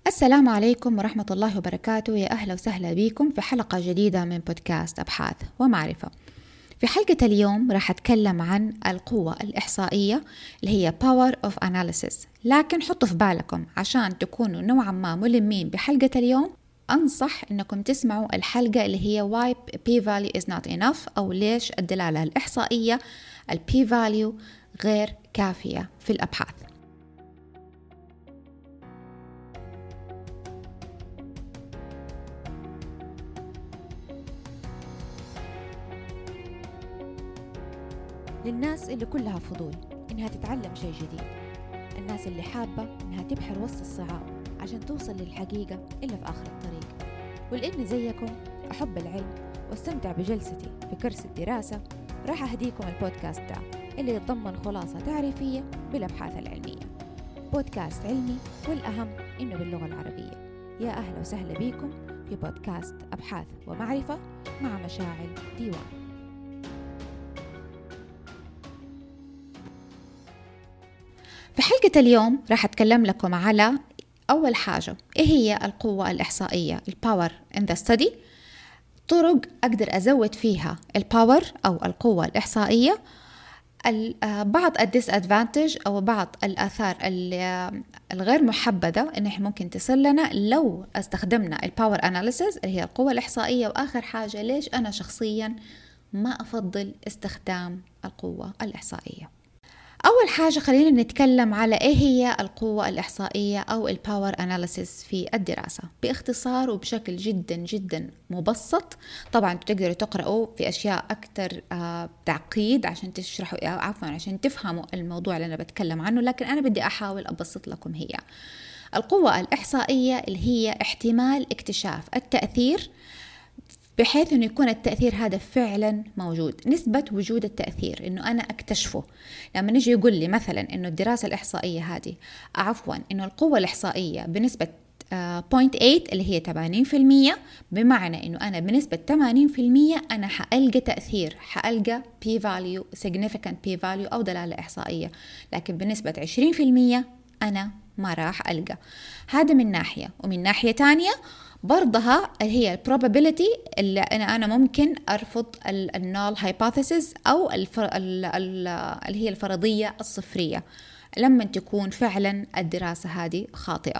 السلام عليكم ورحمة الله وبركاته. يا أهلا وسهلا بكم في حلقة جديدة من بودكاست أبحاث ومعرفة. في حلقة اليوم راح أتكلم عن القوة الإحصائية اللي هي Power of Analysis، لكن حطوا في بالكم عشان تكونوا نوعا ما ملمين بحلقة اليوم أنصح أنكم تسمعوا الحلقة اللي هي Why P-Value is not enough، أو ليش الدلالة الإحصائية P-Value غير كافية في الأبحاث. للناس اللي كلها فضول إنها تتعلم شيء جديد، الناس اللي حابة إنها تبحر وسط الصعاب عشان توصل للحقيقة إلا في آخر الطريق، ولأني زيكم أحب العلم واستمتع بجلستي في كرسي الدراسة، راح أهديكم البودكاست ده اللي يتضمن خلاصة تعريفية بالأبحاث العلمية. بودكاست علمي، والأهم إنه باللغة العربية. يا أهلا وسهلا بكم في بودكاست أبحاث ومعرفة مع مشاعل ديوان. في حلقة اليوم راح أتكلم لكم على أول حاجة إيه هي القوة الإحصائية Power in the Study، طرق أقدر أزود فيها الباور أو القوة الإحصائية، بعض الديسادفانتج أو بعض الآثار الغير محبذة إن إحنا ممكن تصل لنا لو استخدمنا الباور أناليسيس اللي هي القوة الإحصائية، وآخر حاجة ليش أنا شخصيا ما أفضل استخدام القوة الإحصائية. أول حاجة خلينا نتكلم على إيه هي القوة الإحصائية أو الباور أناليسيس في الدراسة باختصار وبشكل جدا جدا مبسط. طبعا تقدروا تقرأوا في أشياء أكثر تعقيد عشان تشرحوا عشان تفهموا الموضوع اللي أنا بتكلم عنه، لكن أنا بدي أحاول أبسط لكم. هي القوة الإحصائية اللي هي احتمال اكتشاف التأثير بحيث أنه يكون التأثير هذا فعلا موجود، نسبة وجود التأثير أنه أنا أكتشفه. لما نجي يقول لي مثلا أنه الدراسة الإحصائية هذه أنه القوة الإحصائية بنسبة 0.8 اللي هي 80%، بمعنى أنه أنا بنسبة 80% أنا حألقى تأثير، حألقى P-Value Significant P-Value أو دلالة إحصائية، لكن بنسبة 20% أنا ما راح ألقى. هذا من ناحية، ومن ناحية تانية برضها هي البروبابيليتي اللي أنا ممكن أرفض النال هايبوثيسيس أو اللي هي الفرضية الصفرية لما تكون فعلا الدراسة هذه خاطئة.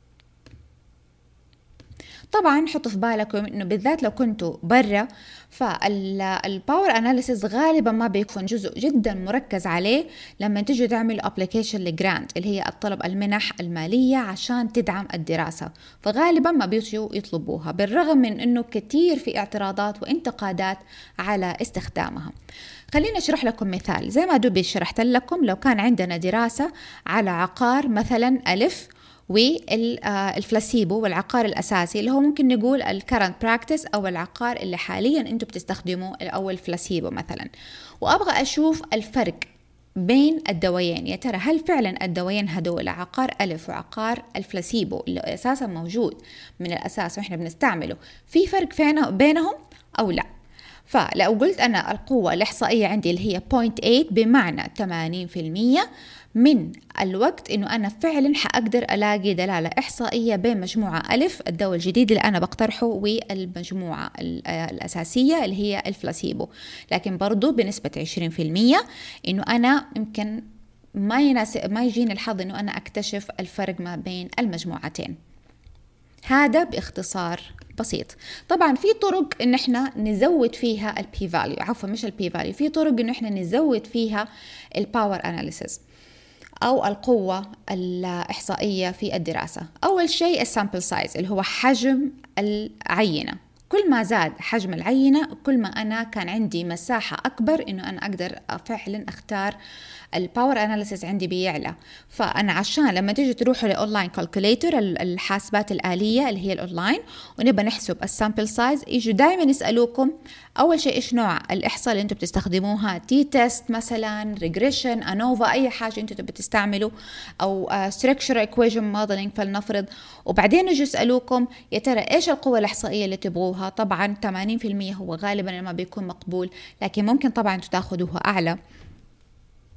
طبعا حطوا في بالكم انه بالذات لو كنتوا برا، فالباور اناليسيس غالبا ما بيكون جزء جدا مركز عليه لما تيجوا تعملوا ابليكيشن لجرانت اللي هي الطلب المنح المالية عشان تدعم الدراسة، فغالبا ما بيجوا يطلبوها بالرغم من انه كتير في اعتراضات وانتقادات على استخدامها. خليني أشرح لكم مثال زي ما دوبي شرحت لكم. لو كان عندنا دراسة على عقار مثلا ألف والفلاسيبو والعقار الأساسي اللي هو ممكن نقول الكرنت براكتس أو العقار اللي حاليا أنتم بتستخدموه أو الفلاسيبو مثلا، وأبغى أشوف الفرق بين الدوايين. يا ترى هل فعلا الدوايين هدول عقار ألف وعقار الفلاسيبو اللي أساسا موجود من الأساس وإحنا بنستعمله في فرق بينهم أو لا؟ فلو قلت أنا القوة الإحصائية عندي اللي هي 0.8 بمعنى 80% من الوقت إنه أنا فعلا حأقدر ألاقي دلالة إحصائية بين مجموعة ألف الدواء الجديد اللي أنا بقترحه والمجموعة الأساسية اللي هي الفلاسيبو، لكن برضو بنسبة 20% إنه أنا يمكن ما يجيني الحظ إنه أنا أكتشف الفرق ما بين المجموعتين. هذا باختصار بسيط. طبعا في طرق ان احنا نزود فيها البي فاليو، مش البي فاليو، في طرق ان احنا نزود فيها الباور اناليسيس او القوة الإحصائية في الدراسة. اول شيء السامبل سايز اللي هو حجم العينة. كل ما زاد حجم العينة كل ما أنا كان عندي مساحة أكبر إنه أنا أقدر فعلا أختار الباور أناليسيس عندي بيعلى. فأنا عشان لما تيجي تروحوا لأونلاين كالكوليتر الحاسبات الآلية اللي هي الأونلاين ونبقى نحسب السامبل سايز، يجوا دائما يسألوكم أول شيء إيش نوع الإحصاء اللي أنتم بتستخدموها، تي تيست مثلا، ريجريشن، أنوفا، أي حاجة أنتم تبي تستعملوا، أو structural equation modeling فلنفرض. وبعدين يجوا يسألوكم يا ترى إيش القوة الإحصائية اللي تبغوها. طبعا 80% هو غالبا ما بيكون مقبول، لكن ممكن طبعا تاخذوها أعلى.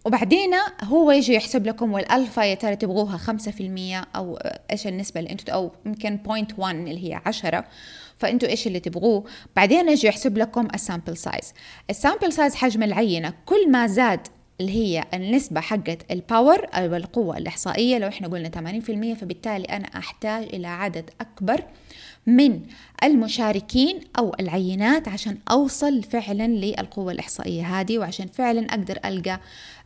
وبعدين هو يجي يحسب لكم والألفا يا ترى تبغوها 5% أو إيش النسبة اللي أنتوا، أو يمكن 0.1 اللي هي 10، فأنتوا إيش اللي تبغوه. بعدين يجي يحسب لكم السامبل سايز. السامبل سايز حجم العينة كل ما زاد اللي هي النسبة حقت الباور أو القوة الإحصائية، لو إحنا قلنا 80%، فبالتالي أنا أحتاج إلى عدد أكبر من المشاركين أو العينات عشان أوصل فعلا للقوة الإحصائية هذه، وعشان فعلا أقدر ألقى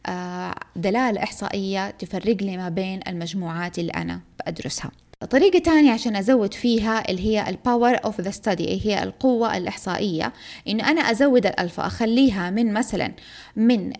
دلالة إحصائية تفرق لي ما بين المجموعات اللي أنا بأدرسها. طريقة تانية عشان أزود فيها اللي هي الباور أوف ذا ستادي، هي القوة الإحصائية، إنه أنا أزود الألفا، أخليها من مثلا من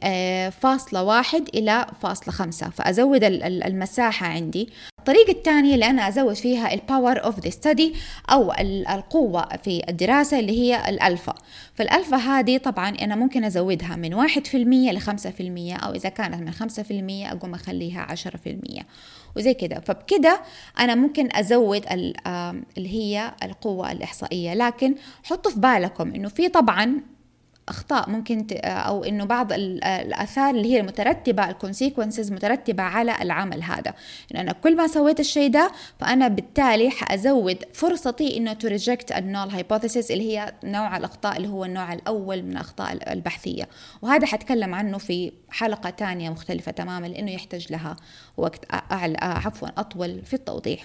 0.1 إلى 0.5، فأزود المساحة عندي. الطريقة الثانية اللي أنا أزود فيها الباور أوف ذا ستادي أو القوة في الدراسة اللي هي الألفا. فالألفا هذه طبعا أنا ممكن أزودها من 1% ل 5%، أو إذا كانت من 5% أقوم أخليها 10% وزي كده. فبكده أنا ممكن أزود اللي هي القوة الإحصائية. لكن حطوا في بالكم إنه في طبعا أخطاء ممكن أو إنه بعض الآثار اللي هي المترتبة، الكونسيكونسز مترتبة على العمل هذا، إنه أنا كل ما سويت الشيء ده فأنا بالتالي حأزود فرصتي إنه to reject النول hypothesis اللي هي نوع الأخطاء اللي هو النوع الأول من الأخطاء البحثية. وهذا حتكلم عنه في حلقة تانية مختلفة تماما، لأنه يحتاج لها وقت أطول في التوضيح.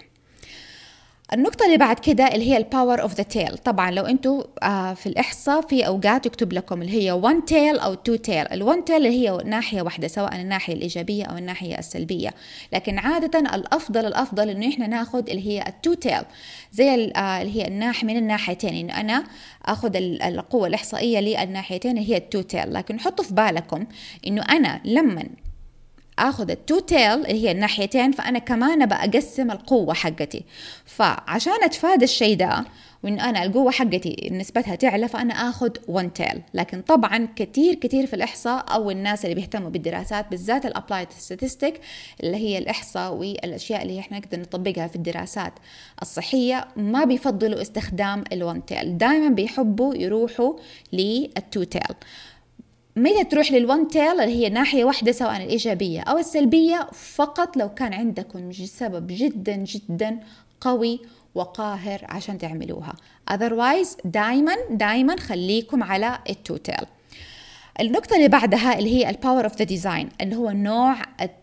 النقطة اللي بعد كده اللي هي الباور اوف ذا تيل. طبعا لو انتوا في الإحصاء في أوقات يكتب لكم اللي هي 1 tail أو 2 tail. ال1 tail اللي هي ناحية واحدة، سواء الناحية الإيجابية أو الناحية السلبية، لكن عادة الأفضل إنه إحنا ناخد اللي هي 2 tail، زي اللي هي الناحية من الناحيتين، إنه أنا أخذ القوة الإحصائية للناحيتين اللي هي 2 tail. لكن حطوا في بالكم إنه أنا لما اخذ التو تيل اللي هي الناحيتين، فانا كمان بقسم القوه حقتي. فعشان اتفادى الشيء ده وان انا القوه حقتي نسبتها تعلى، فانا اخذ 1 تيل. لكن طبعا كتير في الاحصاء او الناس اللي بيهتموا بالدراسات بالذات الابلايد ستاتستيك اللي هي الاحصاء والاشياء اللي احنا نقدر نطبقها في الدراسات الصحيه، ما بيفضلوا استخدام ال1 تيل، دائما بيحبوا يروحوا لل2 تيل. متى تروح لل1 تيل اللي هي ناحية واحدة، سواء الإيجابية أو السلبية، فقط لو كان عندكم سبب جدا قوي وقاهر عشان تعملوها. otherwise دايما خليكم على ال2 تيل. النقطة اللي بعدها اللي هي الباور اوف ذا ديزاين، اللي هو نوع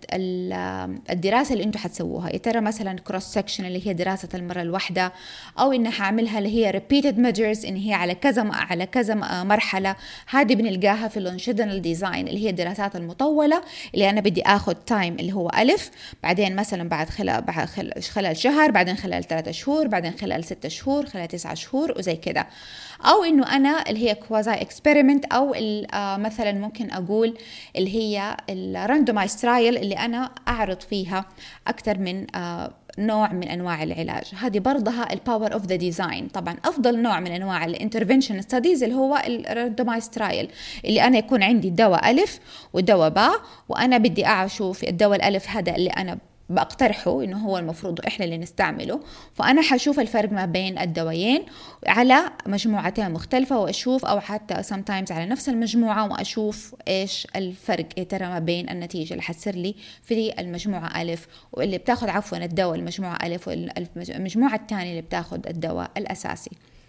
الدراسة اللي انتم حتسووها. يا ترى مثلا كروس سكشن اللي هي دراسة المرة الواحدة، او ان هعملها اللي هي repeated measures ان هي على كذا مرحلة. هذه بنلقاها في اللونجيتودينال ديزاين اللي هي الدراسات المطولة، اللي انا بدي اخذ تايم اللي هو ألف، بعدين مثلا بعد خلال شهر، بعدين خلال 3 شهور، بعدين خلال 6 شهور، خلال 9 شهور وزي كده. او انه انا اللي هي كوازي اكسبيرمنت، او مثلا ممكن اقول اللي هي الراندومايز ترايل اللي انا اعرض فيها اكثر من نوع من انواع العلاج. هذه برضها الباور اوف ذا ديزاين. طبعا افضل نوع من انواع الانترفنشن ستاديز اللي هو الراندومايز ترايل، اللي انا يكون عندي دواء الف ودواء باء، وانا بدي اشوف الدواء الالف هذا اللي انا بقترحه انه هو المفروض احنا اللي نستعمله، فانا حشوف الفرق ما بين الدوايين على مجموعتين مختلفة، واشوف او حتى sometimes على نفس المجموعة، واشوف ايش الفرق ترى ما بين النتيجة اللي حتصير لي في المجموعة ألف واللي بتاخد الدواء المجموعة ألف، والمجموعة الثانية اللي بتاخد الدواء الأساسي.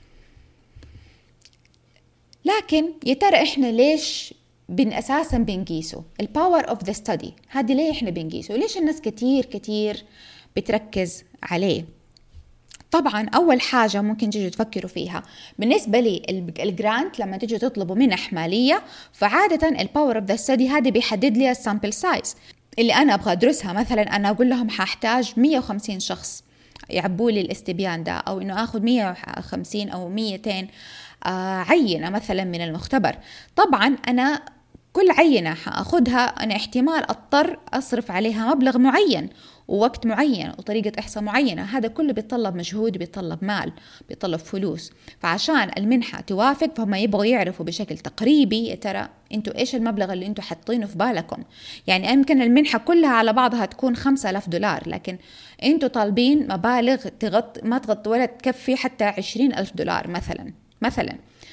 لكن يا ترى احنا ليش أساساً بنقيسه الباور اوف ذا ستادي؟ هذه ليه احنا بنقيسه؟ ليش الناس كتير بتركز عليه؟ طبعا أول حاجة ممكن تيجوا تفكروا فيها بالنسبة لي الجرانت، لما تيجوا تطلبوا منح مالية، فعادة الباور اوف ذا ستادي هذه بيحدد لي السامبل سايز اللي أنا أبغى أدرسها. مثلا أنا أقول لهم هحتاج 150 شخص يعبوا لي الاستبيان ده، أو إنه أخذ 150 أو 200 عينة مثلا من المختبر. طبعا أنا كل عينة هأخذها أنا احتمال أضطر أصرف عليها مبلغ معين ووقت معين وطريقة إحصاء معينة. هذا كله بيتطلب مجهود، بيتطلب مال، بيتطلب فلوس. فعشان المنحة توافق فهم يبغوا يعرفوا بشكل تقريبي يا ترى انتوا ايش المبلغ اللي انتوا حاطينه في بالكم. يعني يمكن المنحة كلها على بعضها تكون $5,000، لكن انتوا طالبين مبالغ ما تغطي ولا تكفي حتى $20,000 مثلا.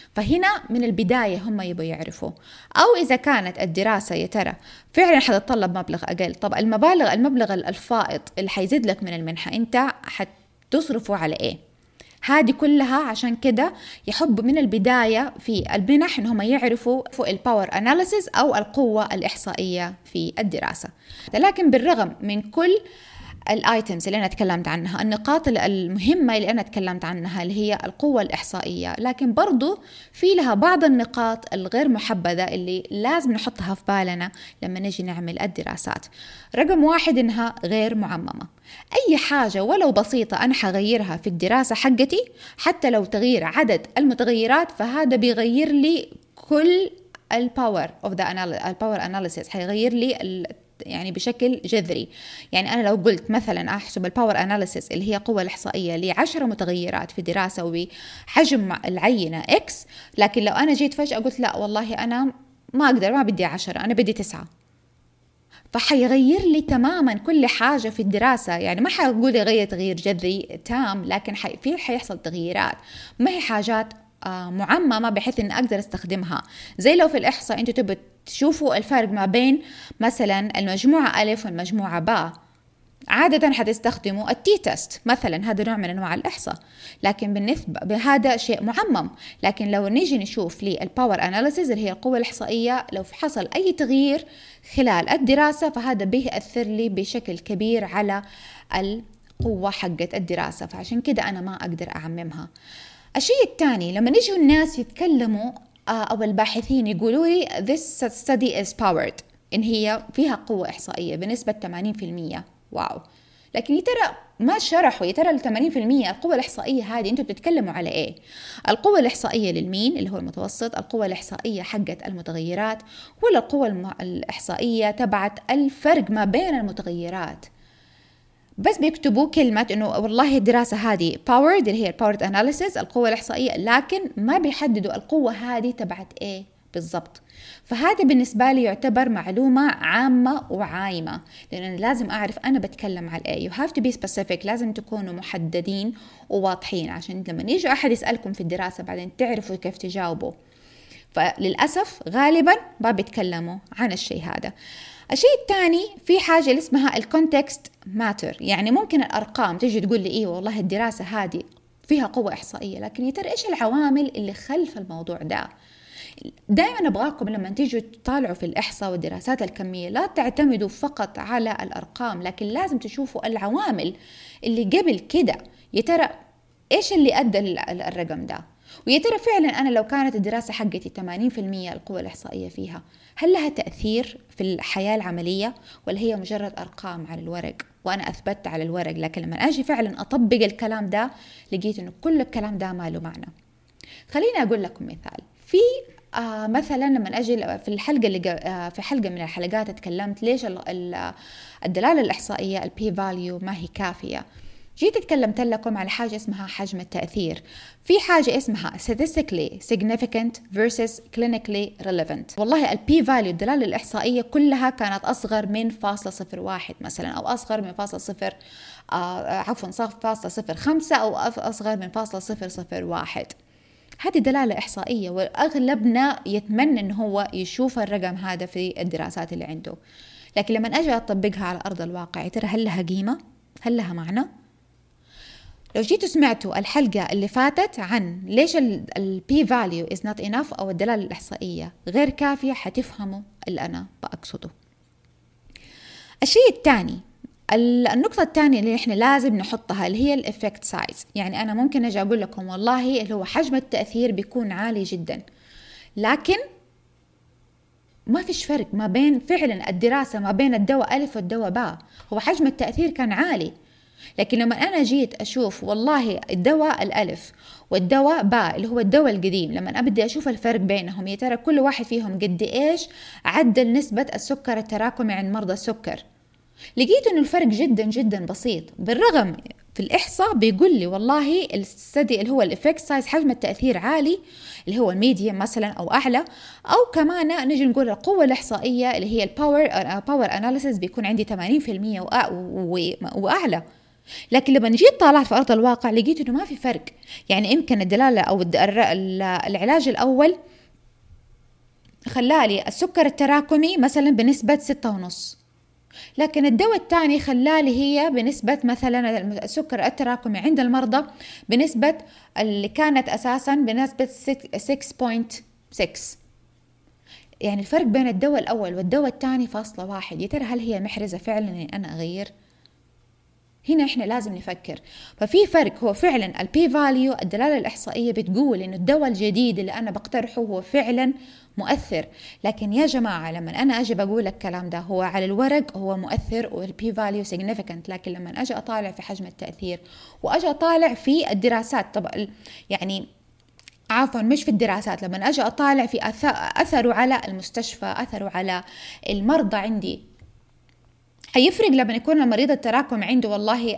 فهنا من البداية هم يبغوا يعرفوا. أو إذا كانت الدراسة يا ترى فعلا حتتطلب مبلغ أقل، طب المبلغ الفائض اللي حيزيد لك من المنحة أنت حتصرفه على إيه؟ هذه كلها عشان كده يحبوا من البداية في المنح إنهم يعرفوا الباور أناليسيس أو القوة الإحصائية في الدراسة. لكن بالرغم من كل الايتمز اللي انا تكلمت عنها، النقاط المهمة اللي انا تكلمت عنها اللي هي القوة الإحصائية، لكن برضو في لها بعض النقاط الغير محبذة اللي لازم نحطها في بالنا لما نجي نعمل الدراسات. رقم 1 انها غير معممة. اي حاجة ولو بسيطة انا حغيرها في الدراسة حقتي، حتى لو تغيير عدد المتغيرات، فهذا بيغير لي كل الباور اناليسيس، حيغير لي يعني بشكل جذري. يعني أنا لو قلت مثلا أحسب الباور أناليسيس اللي هي قوة الإحصائية ل10 متغيرات في دراسة وبحجم العينة X، لكن لو أنا جيت فجأة قلت لا والله أنا ما أقدر، ما بدي 10، أنا بدي 9، فحيغير لي تماما كل حاجة في الدراسة. يعني ما حقول يغير تغيير جذري تام، لكن حيحصل تغييرات، ما هي حاجات معممة بحيث أن أقدر استخدمها. زي لو في الإحصاء أنتوا تبوا تشوفوا الفرق ما بين مثلا المجموعة ألف والمجموعة باء، عادة حتستخدموا التي تيست مثلا، هذا نوع من أنواع الإحصاء، لكن بالنسبة بهذا شيء معمم. لكن لو نيجي نشوف الباور أناليسيز اللي هي القوة الإحصائية، لو حصل أي تغيير خلال الدراسة فهذا بيأثر لي بشكل كبير على القوة حقت الدراسة، فعشان كده أنا ما أقدر أعممها. الشيء الثاني لما نيجوا الناس يتكلموا أو الباحثين يقولوا لي this study is powered، إن هي فيها قوة إحصائية بنسبة 80%، واو، لكن ترى ما شرحوا ترى 80% القوة الإحصائية هذه أنتوا بتتكلموا على إيه؟ القوة الإحصائية للمين اللي هو المتوسط، القوة الإحصائية حقت المتغيرات، ولا القوة الإحصائية تبعت الفرق ما بين المتغيرات؟ بس بيكتبوا كلمة إنه والله الدراسة هذه powered اللي هي powered analysis القوة الإحصائية، لكن ما بيحددوا القوة هذه تبعت إيه بالضبط. فهذا بالنسبة لي يعتبر معلومة عامة وعايمة، لأن أنا لازم أعرف أنا بتكلم على إيه. you have to be specific، لازم تكونوا محددين وواضحين عشان لما يجي أحد يسألكم في الدراسة بعدين تعرفوا كيف تجاوبوا. فللأسف غالبا ما بيتكلموا عن الشيء هذا. الشيء الثاني في حاجة اللي اسمها الكونتكست ماتر، يعني ممكن الأرقام تيجي تقول لي إيه والله الدراسة هذه فيها قوة إحصائية، لكن يا ترى إيش العوامل اللي خلف الموضوع ده؟ دائما أبغاكم لما تيجوا تطالعوا في الإحصاء والدراسات الكمية لا تعتمدوا فقط على الأرقام، لكن لازم تشوفوا العوامل اللي قبل كده، يا ترى إيش اللي أدى الرقم ده، ويا ترى فعلا أنا لو كانت الدراسة حقتي 80% القوة الإحصائية فيها، هل لها تأثير في الحياة العملية ولا هي مجرد أرقام على الورق وأنا أثبتت على الورق، لكن لما أجي فعلا أطبق الكلام ده لقيت إنه كل الكلام ده ما له معنى. خليني أقول لكم مثال. في مثلا لما أجي في الحلقة في حلقة من الحلقات اتكلمت ليش الدلالة الإحصائية البي فاليو ما هي كافية. جيت اتكلمت لكم على حاجة اسمها حجم التأثير، في حاجة اسمها statistically significant versus clinically relevant. والله البي فاليو الدلالة الإحصائية كلها كانت أصغر من 0.01 مثلا، أو أصغر من 0.05 أو أصغر من 0.001. هذه دلالة إحصائية، وأغلبنا يتمنى إنه هو يشوف الرقم هذا في الدراسات اللي عنده، لكن لما أجي أطبقها على أرض الواقع ترى هل لها قيمة؟ هل لها معنى؟ لو جيتوا سمعتوا الحلقة اللي فاتت عن ليش البي فاليو is not enough أو الدلالة الإحصائية غير كافية حتفهموا اللي أنا بقصده. الشيء الثاني، النقطة الثانية اللي إحنا لازم نحطها اللي هي الإفكت سايز. يعني أنا ممكن أجي أقول لكم والله اللي هو حجم التأثير بيكون عالي جدا، لكن ما فيش فرق ما بين فعلا الدراسة ما بين الدواء ألف والدواء باء، هو حجم التأثير كان عالي، لكن لما أنا جيت أشوف والله الدواء الألف والدواء باء اللي هو الدواء القديم، لما أبدأ أشوف الفرق بينهم يا ترى كل واحد فيهم قد إيش عدل نسبة السكر التراكمي عند مرضى السكر، لقيت إنه الفرق جدا جدا بسيط. بالرغم في الإحصاء بيقول لي والله الستدي اللي هو الإفكت سايز حجم التأثير عالي اللي هو الميديم مثلا أو أعلى، أو كمان نجي نقول القوة الإحصائية اللي هي الباور أناليسيس بيكون عندي 80% وأعلى. لكن لما جيت طالعت في أرض الواقع لقيت إنه ما في فرق. يعني يمكن الدلالة أو العلاج الأول خلالي السكر التراكمي مثلا بنسبة 6.5، لكن الدواء الثاني خلالي هي بنسبة مثلا السكر التراكمي عند المرضى بنسبة اللي كانت أساسا بنسبة 6.6. يعني الفرق بين الدواء الأول والدواء الثاني 1. يا ترى هل هي محرزة فعلا إني أنا أغير؟ هنا إحنا لازم نفكر. ففي فرق، هو فعلا البي فاليو الدلالة الإحصائية بتقول إنه الدواء الجديد اللي أنا بقترحه هو فعلا مؤثر، لكن يا جماعة لما أنا أجي بقول الكلام ده هو على الورق هو مؤثر والبي فاليو significant، لكن لما أجي أطالع في حجم التأثير وأجي أطالع في الدراسات، طب يعني عفوا مش في الدراسات، لما أجي أطالع في أثره على المستشفى، أثره على المرضى عندي، هيفرق لما يكون المريض التراكم عنده والله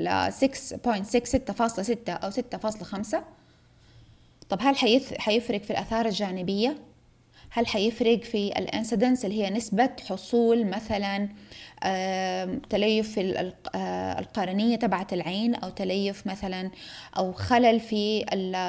6.6 أو 6.5. طب هل حيفرق في الآثار الجانبية؟ هل حيفرق في الانسيدنس اللي هي نسبة حصول مثلا تليف في القرنية تبعت العين، أو تليف مثلا، أو خلل في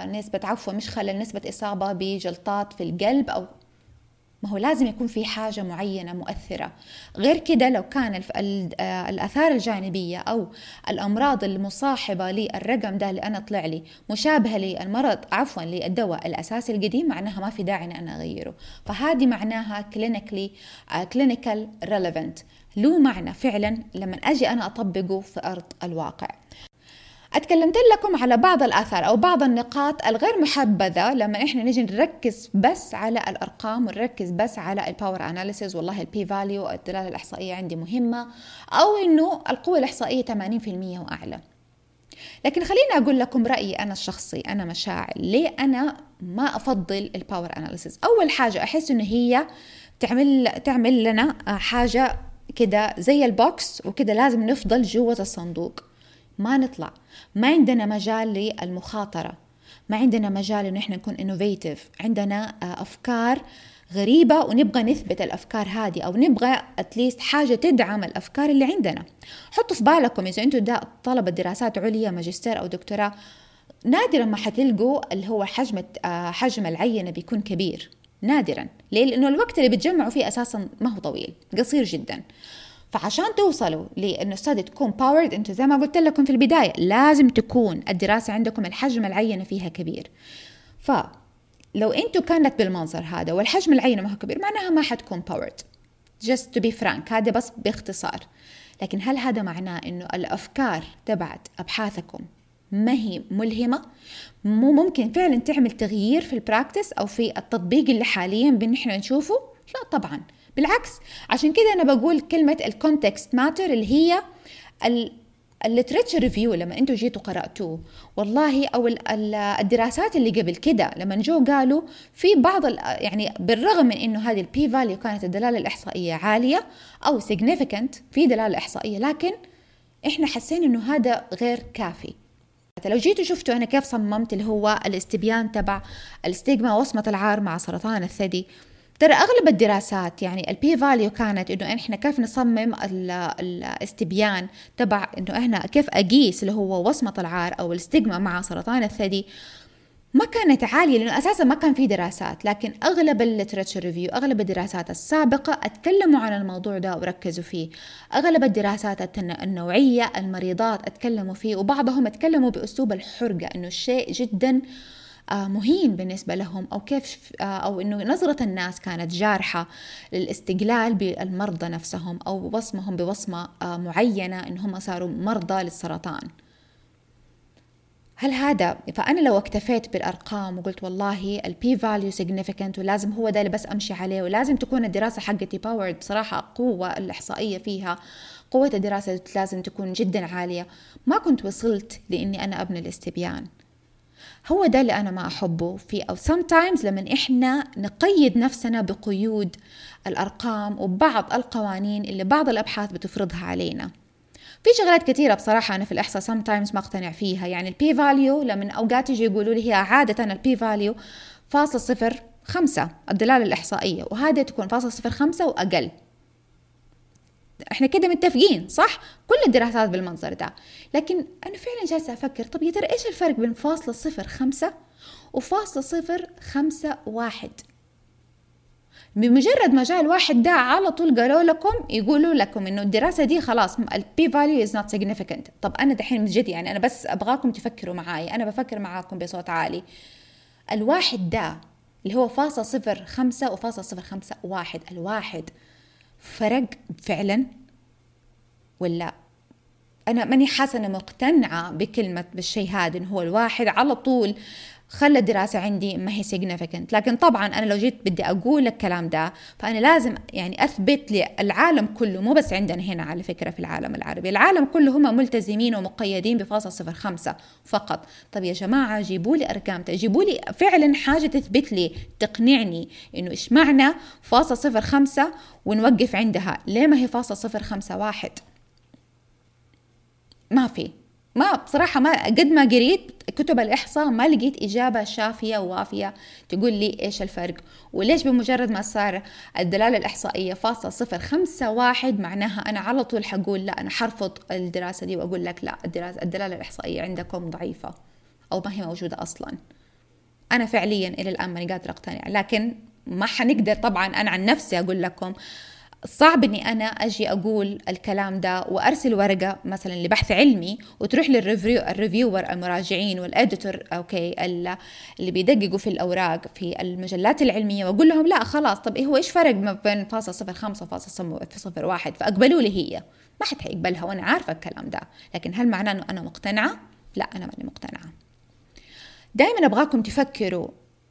نسبة إصابة بجلطات في القلب، أو ما هو لازم يكون في حاجة معينة مؤثرة. غير كده لو كان الآثار الجانبية أو الأمراض المصاحبة للرقم ده اللي أنا طلع لي مشابهة للمرض للدواء الأساسي القديم، معناها ما في داعي أن أنا أغيره. فهذه معناها clinical relevant، له معنى فعلا لما أجي أنا أطبقه في أرض الواقع. اتكلمت لكم على بعض الآثار أو بعض النقاط الغير محبذة لما إحنا نجي نركز بس على الأرقام ونركز بس على الباور أناليسيز، والله البي فاليو الدلالة الإحصائية عندي مهمة، أو إنه القوة الإحصائية 80% وأعلى. لكن خليني أقول لكم رأيي أنا الشخصي، أنا مشاعر ليه أنا ما أفضل الباور أناليسيز. أول حاجة أحس إنه هي تعمل لنا حاجة كده زي البوكس وكده، لازم نفضل جوة الصندوق ما نطلع، ما عندنا مجال للمخاطرة، ما عندنا مجال إنه إحنا نكون innovative، عندنا أفكار غريبة ونبغى نثبت الأفكار هذه، أو نبغى أتليست حاجة تدعم الأفكار اللي عندنا. حطوا في بالكم إذا أنتوا طلبة دراسات عليا ماجستير أو دكتوراه، نادرا ما حتلقوا اللي هو حجم العينة بيكون كبير، نادرا. ليه؟ لأنه الوقت اللي بتجمعوا فيه أساسا ما هو طويل، قصير جدا. فعشان توصلوا لأنه study تكون powered، انتوا زي ما قلت لكم في البداية لازم تكون الدراسة عندكم الحجم العينة فيها كبير. فلو انتوا كانت بالمنظر هذا والحجم العينة ما هو كبير، معناها ما حتكون powered. just to be frank، هذا بس باختصار. لكن هل هذا معناه انه الأفكار تبعت أبحاثكم ما هي ملهمة؟ مو ممكن فعلا تعمل تغيير في البراكتس أو في التطبيق اللي حاليا بنحن نشوفه؟ لا طبعا، بالعكس. عشان كده أنا بقول كلمة الكونتكست ماتر، اللي هي الليتريتشر ريفيو لما انتوا جيتوا قرأتوه والله، أو الدراسات اللي قبل كده لما جو قالوا في بعض يعني بالرغم من إنه هذه البي فاليو كانت الدلالة الإحصائية عالية أو significant في دلالة إحصائية، لكن إحنا حسين إنه هذا غير كافي. لو جيتوا شفتوا أنا كيف صممت اللي هو الاستبيان تبع الاستيغما وصمة العار مع سرطان الثدي، ترى أغلب الدراسات يعني البي فاليو كانت إنه إحنا كيف نصمم الاستبيان تبع إنه إحنا كيف أقيس اللي هو وصمة العار أو الاستيغما مع سرطان الثدي، ما كانت عالية لأنه أساسا ما كان في دراسات. لكن أغلب الليتراتشر ريفيو، أغلب الدراسات السابقة اتكلموا عن الموضوع ده وركزوا فيه. أغلب الدراسات النوعية المريضات اتكلموا فيه، وبعضهم اتكلموا بأسلوب الحرقة إنه الشيء جدا مهين بالنسبة لهم، أو كيف أو إنه نظرة الناس كانت جارحة للاستقلال بالمرضى نفسهم أو وصمهم بوصمة معينة إنهم صاروا مرضى للسرطان. هل هذا؟ فأنا لو اكتفيت بالأرقام وقلت والله البي فاليو significant ولازم هو ده اللي بس أمشي عليه، ولازم تكون الدراسة حقتي powered، صراحة قوة الإحصائية فيها، قوة الدراسة لازم تكون جدا عالية، ما كنت وصلت لإني أنا أبني الاستبيان. هو ده اللي أنا ما أحبه في، أو sometimes لما إحنا نقيد نفسنا بقيود الأرقام وبعض القوانين اللي بعض الأبحاث بتفرضها علينا. في شغلات كثيرة بصراحة أنا في الإحصاء sometimes ما أقتنع فيها. يعني البي فاليو لما أوقات يجي يقولوا لي هي عادة البي فاليو 0.05 الدلالة الإحصائية، وهذا تكون 0.05 وأقل. احنا كده متفقين صح؟ كل الدراسات بالمنظر ده. لكن انا فعلا جالسة افكر، طب يا ترى ايش الفرق بين 0.05 و0.051؟ بمجرد ما جاء الواحد ده على طول قالوا لكم، يقولوا لكم انه الدراسة دي خلاص البي فاليو is not significant. طب انا دحين من جد يعني انا بس ابغاكم تفكروا معاي، انا بفكر معاكم بصوت عالي. الواحد ده اللي هو 0.05 و 0.051 الواحد فرق فعلا ولا؟ أنا ماني حاسة مقتنعة بكلمة بالشيء هذا إنه هو الواحد على طول خلى الدراسة عندي ما هي significant. لكن طبعا أنا لو جيت بدي أقول الكلام ده فأنا لازم يعني أثبت لي العالم كله، مو بس عندنا هنا على فكرة في العالم العربي، العالم كله هم ملتزمين ومقيدين ب0.05 فقط. طب يا جماعة جيبوا لي أرقام، جيبوا لي فعلا حاجة تثبت لي تقنعني إنه إيش معنى 0.05 ونوقف عندها. ليه ما هي 0.051؟ ما في، ما بصراحة ما قد ما قريت كتب الإحصاء ما لقيت إجابة شافية ووافية تقول لي إيش الفرق، وليش بمجرد ما صار الدلالة الإحصائية 0.051 معناها أنا على طول حقول لا أنا حرفض الدراسة دي وأقول لك لا الدلالة الإحصائية عندكم ضعيفة أو ما هي موجودة أصلا. أنا فعليا إلى الآن ماني قادرة أقتنع، لكن ما حنقدر طبعا. أنا عن نفسي أقول لكم صعب اني انا اجي اقول الكلام ده وارسل ورقه مثلا لبحث علمي وتروح للريفيور المراجعين والاديتور اوكي اللي بيدققوا في الاوراق في المجلات العلميه واقول لهم لا خلاص طب ايه هو ايش فرق ما بين 0.05 و0.01 فاقبلوا لي هي. ما حد هيقبلها وانا عارفه الكلام ده. لكن هل معناه انه انا مقتنعه؟ لا انا ماني مقتنعه. دائما ابغاكم تفكروا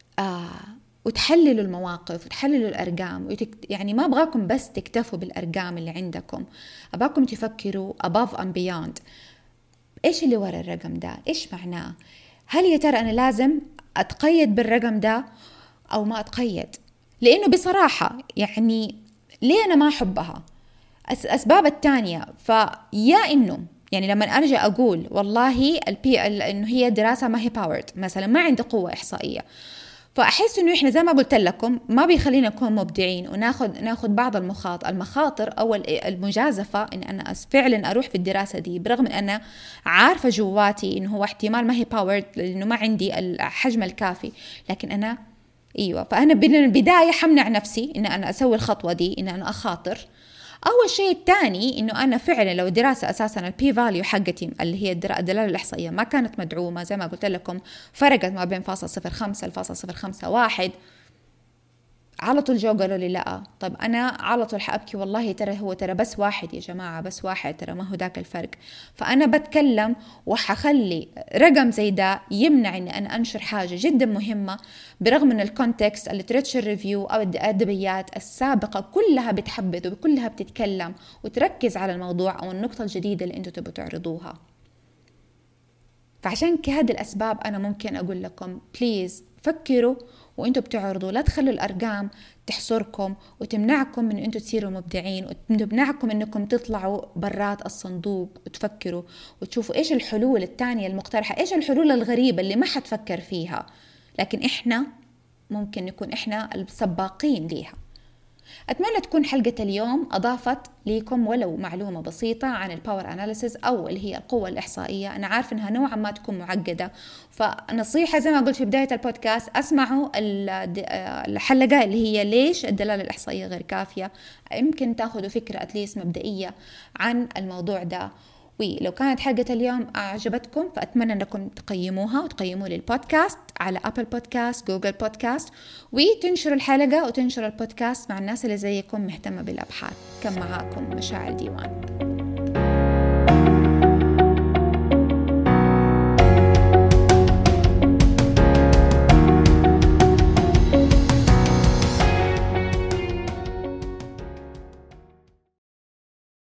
وتحللوا المواقف وتحللوا الأرقام يعني ما أبغاكم بس تكتفوا بالأرقام اللي عندكم، أبغاكم تفكروا above and beyond. إيش اللي وراء الرقم ده؟ إيش معناه؟ هل يا ترى أنا لازم أتقيد بالرقم ده أو ما أتقيد؟ لأنه بصراحة يعني ليه أنا ما أحبها؟ أسباب التانية فيا إنه يعني لما أرجع أقول والله إنه هي دراسة ما هي powered مثلا ما عندي قوة إحصائية، فأحس إنه إحنا زي ما قلت لكم ما بيخلينا نكون مبدعين وناخد بعض المخاطر أو المجازفة إن أنا فعلا أروح في الدراسة دي برغم إن أنا عارفة جواتي إنه هو احتمال ما هي باورد لأنه ما عندي الحجم الكافي. لكن أنا فأنا بالبداية حمنع نفسي إن أنا أسوي الخطوة دي إن أنا أخاطر. أول شيء الثاني إنه أنا فعلا لو دراسة أساسا البي فاليو حقتي اللي هي الدلالة الإحصائية ما كانت مدعومة زي ما قلت لكم فرقت ما بين 0.05 0.051 على طول جو قالوا لي لا طب أنا على طول حأبكي والله ترى بس واحد يا جماعة بس واحد ترى ما هو ذاك الفرق. فأنا بتكلم وحخلي رقم زي ده يمنع إن أنا أنشر حاجة جدا مهمة برغم إن الكونتكست الليتريتشر ريفيو أو الأدبيات السابقة كلها بتحبذ وكلها بتتكلم وتركز على الموضوع أو النقطة الجديدة اللي أنتوا تبوا تعرضوها. فعشان كهذه الأسباب أنا ممكن أقول لكم بليز فكروا وانتوا بتعرضوا، لا تخلوا الأرقام تحصركم وتمنعكم من انتوا تصيروا مبدعين وتمنعكم انكم تطلعوا برات الصندوق وتفكروا وتشوفوا ايش الحلول التانية المقترحة، ايش الحلول الغريبة اللي ما حد فكر فيها لكن احنا ممكن نكون احنا السباقين ليها. أتمنى تكون حلقة اليوم أضافت ليكم ولو معلومة بسيطة عن الباور أناليسيس أو اللي هي القوة الإحصائية. أنا عارف أنها نوعا ما تكون معقدة، فنصيحة زي ما قلت في بداية البودكاست اسمعوا الحلقة اللي هي ليش الدلالة الإحصائية غير كافية، يمكن تأخذوا فكرة أتليس مبدئية عن الموضوع ده. ولو كانت حلقة اليوم أعجبتكم فأتمنى أنكم تقيموها وتقيموا لي البودكاست على أبل بودكاست جوجل بودكاست وتنشروا الحلقة وتنشروا البودكاست مع الناس اللي زيكم مهتمة بالأبحاث. كان معاكم مشاعل ديوان.